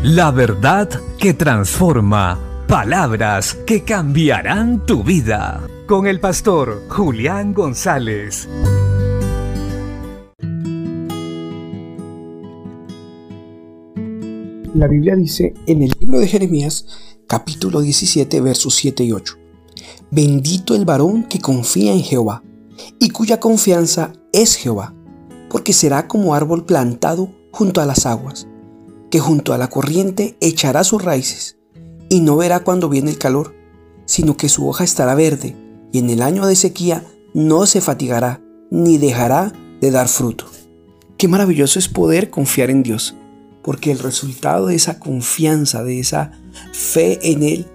La verdad que transforma. Palabras que cambiarán tu vida. Con el pastor Julián González. La Biblia dice en el libro de Jeremías, capítulo 17, versos 7 y 8. Bendito el varón que confía en Jehová y cuya confianza es Jehová, porque será como árbol plantado junto a las aguas, que junto a la corriente echará sus raíces y no verá cuando viene el calor, sino que su hoja estará verde y en el año de sequía no se fatigará ni dejará de dar fruto. Qué maravilloso es poder confiar en Dios, porque el resultado de esa confianza, de esa fe en Él,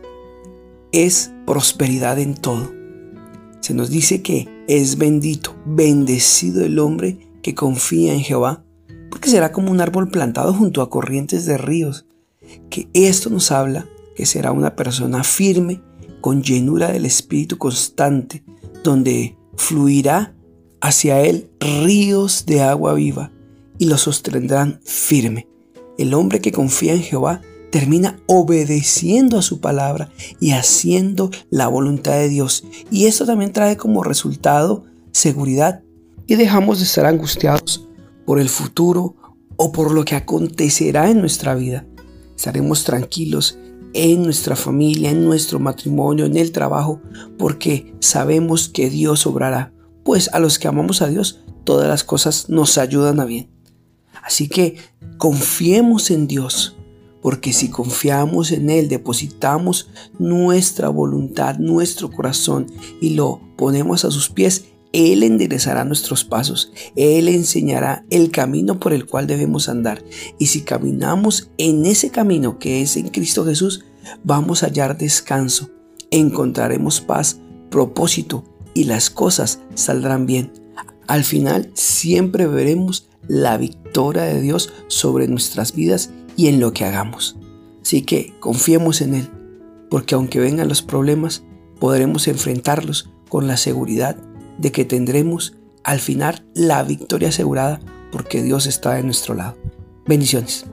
es prosperidad en todo. Se nos dice que es bendito, bendecido el hombre que confía en Jehová, porque será como un árbol plantado junto a corrientes de ríos. Que esto nos habla que será una persona firme, con llenura del Espíritu constante, donde fluirá hacia él ríos de agua viva y lo sostendrán firme. El hombre que confía en Jehová termina obedeciendo a su palabra y haciendo la voluntad de Dios. Y esto también trae como resultado seguridad, y dejamos de estar angustiados por el futuro o por lo que acontecerá en nuestra vida. Estaremos tranquilos en nuestra familia, en nuestro matrimonio, en el trabajo, porque sabemos que Dios obrará. Pues a los que amamos a Dios, todas las cosas nos ayudan a bien. Así que confiemos en Dios, porque si confiamos en Él, depositamos nuestra voluntad, nuestro corazón y lo ponemos a sus pies, Él enderezará nuestros pasos. Él enseñará el camino por el cual debemos andar. Y si caminamos en ese camino que es en Cristo Jesús, vamos a hallar descanso, encontraremos paz, propósito y las cosas saldrán bien. Al final siempre veremos la victoria de Dios sobre nuestras vidas y en lo que hagamos. Así que confiemos en Él, porque aunque vengan los problemas, podremos enfrentarlos con la seguridad de que tendremos al final la victoria asegurada, porque Dios está de nuestro lado. Bendiciones.